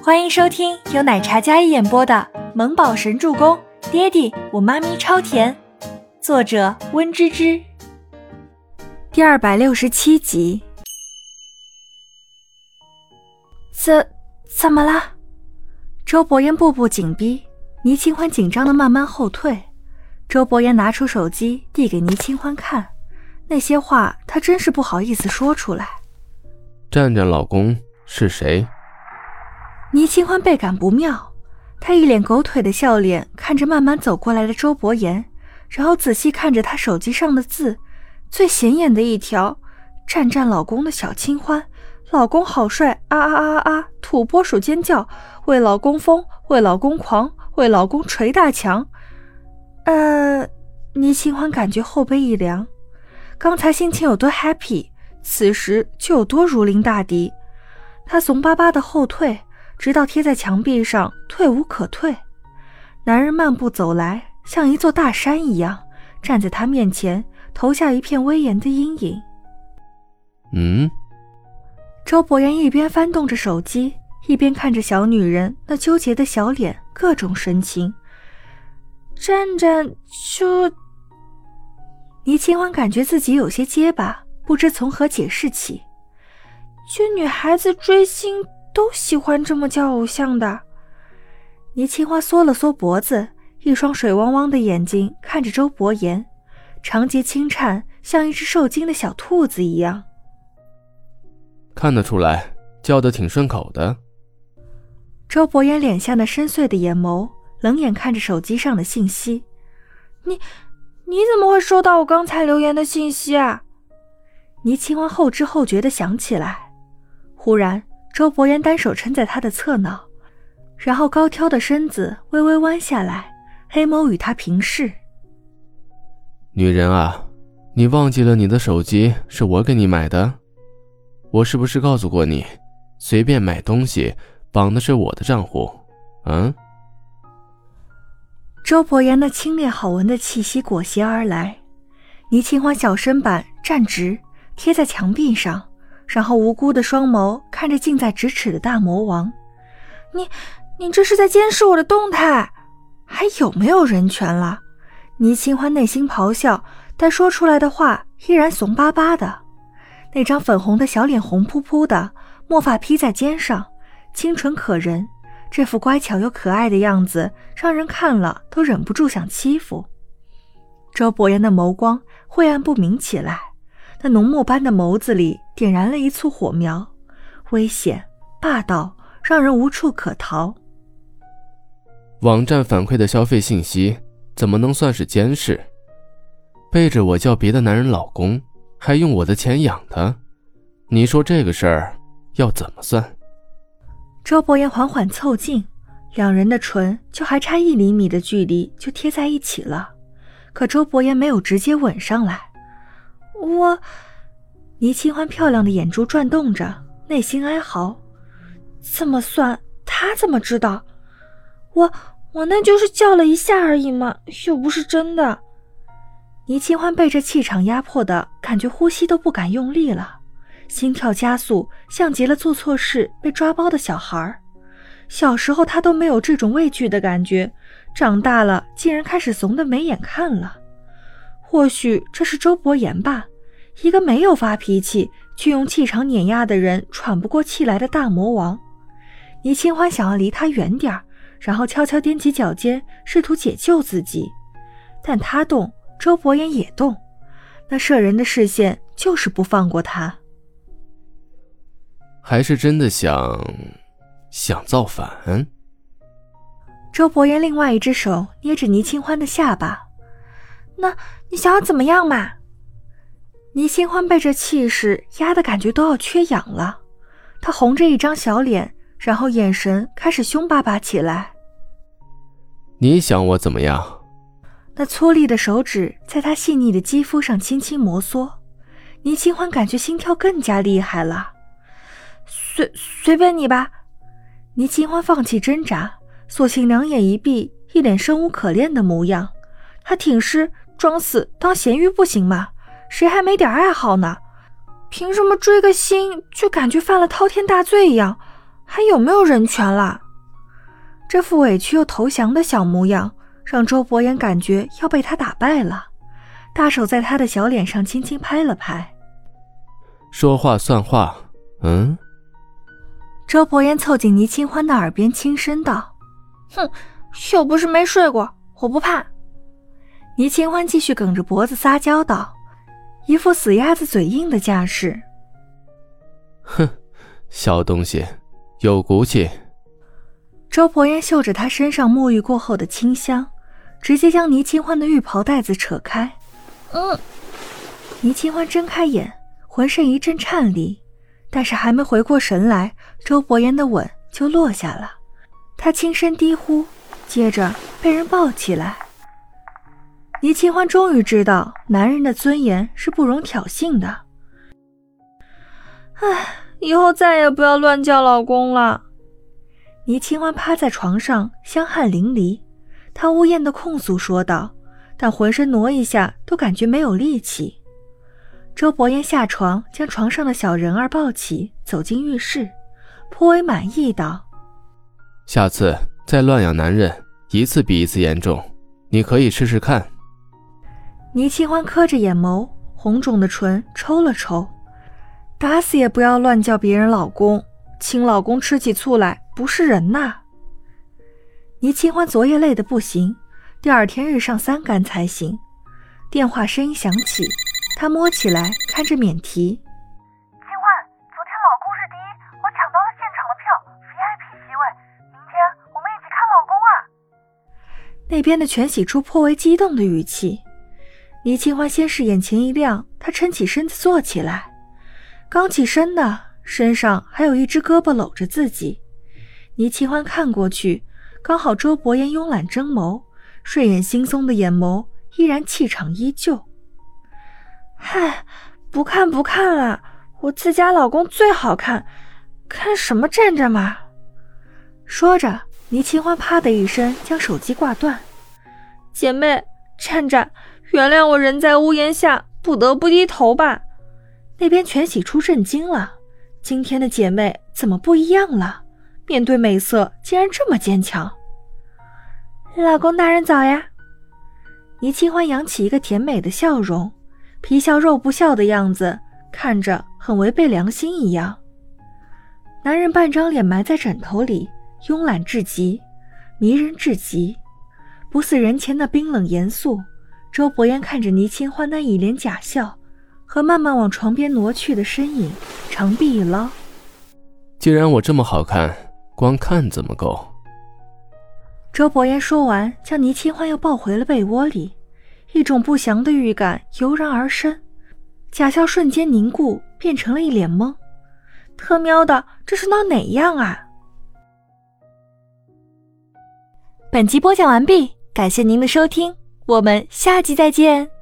欢迎收听由奶茶嘉一演播的《萌宝神助攻》，爹地我妈咪超甜，作者温芝芝。第267集。怎么了？周伯言步步紧逼，倪清欢紧张地慢慢后退。周伯言拿出手机递给倪清欢看，那些话他真是不好意思说出来。 战战老公是谁？ 倪清欢倍感不妙，他一脸狗腿的笑脸看着慢慢走过来的周伯言，然后仔细看着他手机上的字，最显眼的一条，战战老公的小清欢，老公好帅啊啊啊啊，土拨鼠尖叫，为老公疯，为老公狂，为老公捶大墙。倪清欢感觉后背一凉，刚才心情有多 happy， 此时就有多如临大敌。他怂巴巴的后退，直到贴在墙壁上，退无可退。男人漫步走来，像一座大山一样站在他面前，投下一片威严的阴影。周伯言一边翻动着手机，一边看着小女人那纠结的小脸，各种神情。战战倪清欢感觉自己有些结巴，不知从何解释起。就女孩子追星都喜欢这么叫偶像的。倪清欢缩了缩脖子，一双水汪汪的眼睛看着周伯言，长睫轻颤，像一只受惊的小兔子一样。 看得出来，叫得挺顺口的。 周伯言脸下那深邃的眼眸，冷眼看着手机上的信息。你怎么会收到我刚才留言的信息啊？倪清欢后知后觉地想起来。忽然，周伯言单手撑在他的侧脑，然后高挑的身子微微弯下来，黑眸与他平视。 女人啊，你忘记了你的手机是我给你买的？我是不是告诉过你，随便买东西绑的是我的账户？ 周伯言那清冽好闻的气息裹挟而来，倪清欢小身板站直，贴在墙壁上，然后无辜的双眸看着近在咫尺的大魔王。你这是在监视我的动态，还有没有人权了？倪清欢内心咆哮，但说出来的话依然怂巴巴的。那张粉红的小脸红扑扑的，墨发披在肩上，清纯可人，这副乖巧又可爱的样子让人看了都忍不住想欺负。周伯言的眸光晦暗不明起来，那浓墨般的眸子里点燃了一簇火苗，危险霸道，让人无处可逃。 网站反馈的消费信息怎么能算是监视？背着我叫别的男人老公，还用我的钱养他，你说这个事儿要怎么算？ 周伯言缓缓凑近，两人的唇就还差1厘米的距离就贴在一起了，可周伯言没有直接吻上来。倪清欢漂亮的眼珠转动着，内心哀嚎。这么算，他怎么知道？我那就是叫了一下而已嘛，又不是真的。倪清欢被这气场压迫的感觉呼吸都不敢用力了，心跳加速，像极了做错事被抓包的小孩。小时候他都没有这种畏惧的感觉，长大了竟然开始怂得没眼看了。或许这是周伯言吧，一个没有发脾气却用气场碾压的人喘不过气来的大魔王。倪清欢想要离他远点，然后悄悄踮起脚尖试图解救自己，但他动，周伯言也动，那摄人的视线就是不放过他。 还是真的想造反？ 周伯言另外一只手捏着倪清欢的下巴。那你想要怎么样嘛？倪清欢被这气势压得感觉都要缺氧了，他红着一张小脸，然后眼神开始凶巴巴起来。 你想我怎么样？ 那粗粝的手指在他细腻的肌肤上轻轻摩挲，倪清欢感觉心跳更加厉害了。随便你吧。倪清欢放弃挣扎，索性两眼一闭，一脸生无可恋的模样。他挺尸装死当咸鱼不行吗？谁还没点爱好呢？凭什么追个星就感觉犯了滔天大罪一样？ 还有没有人权啦？这副委屈又投降的小模样，让周伯言感觉要被他打败了，大手在他的小脸上轻轻拍了拍。 说话算话， 周伯言凑近倪清欢的耳边轻声道：哼，又不是没睡过，我不怕。倪清欢继续梗着脖子撒娇道，一副死鸭子嘴硬的架势。 哼，小东西，有骨气。 周伯言嗅着他身上沐浴过后的清香，直接将倪清欢的浴袍带子扯开。倪清欢睁开眼，浑身一阵颤栗，但是还没回过神来，周伯言的吻就落下了。他轻声低呼，接着被人抱起来。倪清欢终于知道男人的尊严是不容挑衅的。唉，以后再也不要乱叫老公了。倪清欢趴在床上，香汗淋漓，她呜咽地控诉说道，但浑身挪一下都感觉没有力气。周伯言下床，将床上的小人儿抱起，走进浴室，颇为满意道： 下次再乱养男人，一次比一次严重，你可以试试看。 倪清欢磕着眼眸，红肿的唇抽了抽，打死也不要乱叫别人老公，亲老公吃起醋来不是人呐。倪清欢昨夜累得不行，第二天日上三竿才行。电话声音响起，她摸起来看着免提。 清欢，昨天老公是第一，我抢到了现场的票 VIP 席位，明天我们一起看老公啊。 那边的全喜初颇为激动的语气。倪清欢先是眼前一亮，她撑起身子坐起来，刚起身的身上还有一只胳膊搂着自己。倪清欢看过去，刚好周伯言慵懒睁眸，睡眼惺忪的眼眸依然气场依旧。嗨，不看了，我自家老公最好看，看什么站着嘛。说着，倪清欢啪的一声将手机挂断。姐妹，站站，原谅我人在屋檐下，不得不低头吧。那边全喜初震惊了，今天的姐妹怎么不一样了？面对美色竟然这么坚强。老公大人早呀。倪清欢扬起一个甜美的笑容，皮笑肉不笑的样子，看着很违背良心一样。男人半张脸埋在枕头里，慵懒至极，迷人至极，不似人前的冰冷严肃。周伯言看着倪清欢那一脸假笑和慢慢往床边挪去的身影，长臂一捞。 既然我这么好看，光看怎么够？ 周伯言说完，将倪清欢又抱回了被窝里，一种不祥的预感油然而生，假笑瞬间凝固，变成了一脸懵。特喵的，这是闹哪样啊？本集播讲完毕，感谢您的收听，我们下集再见。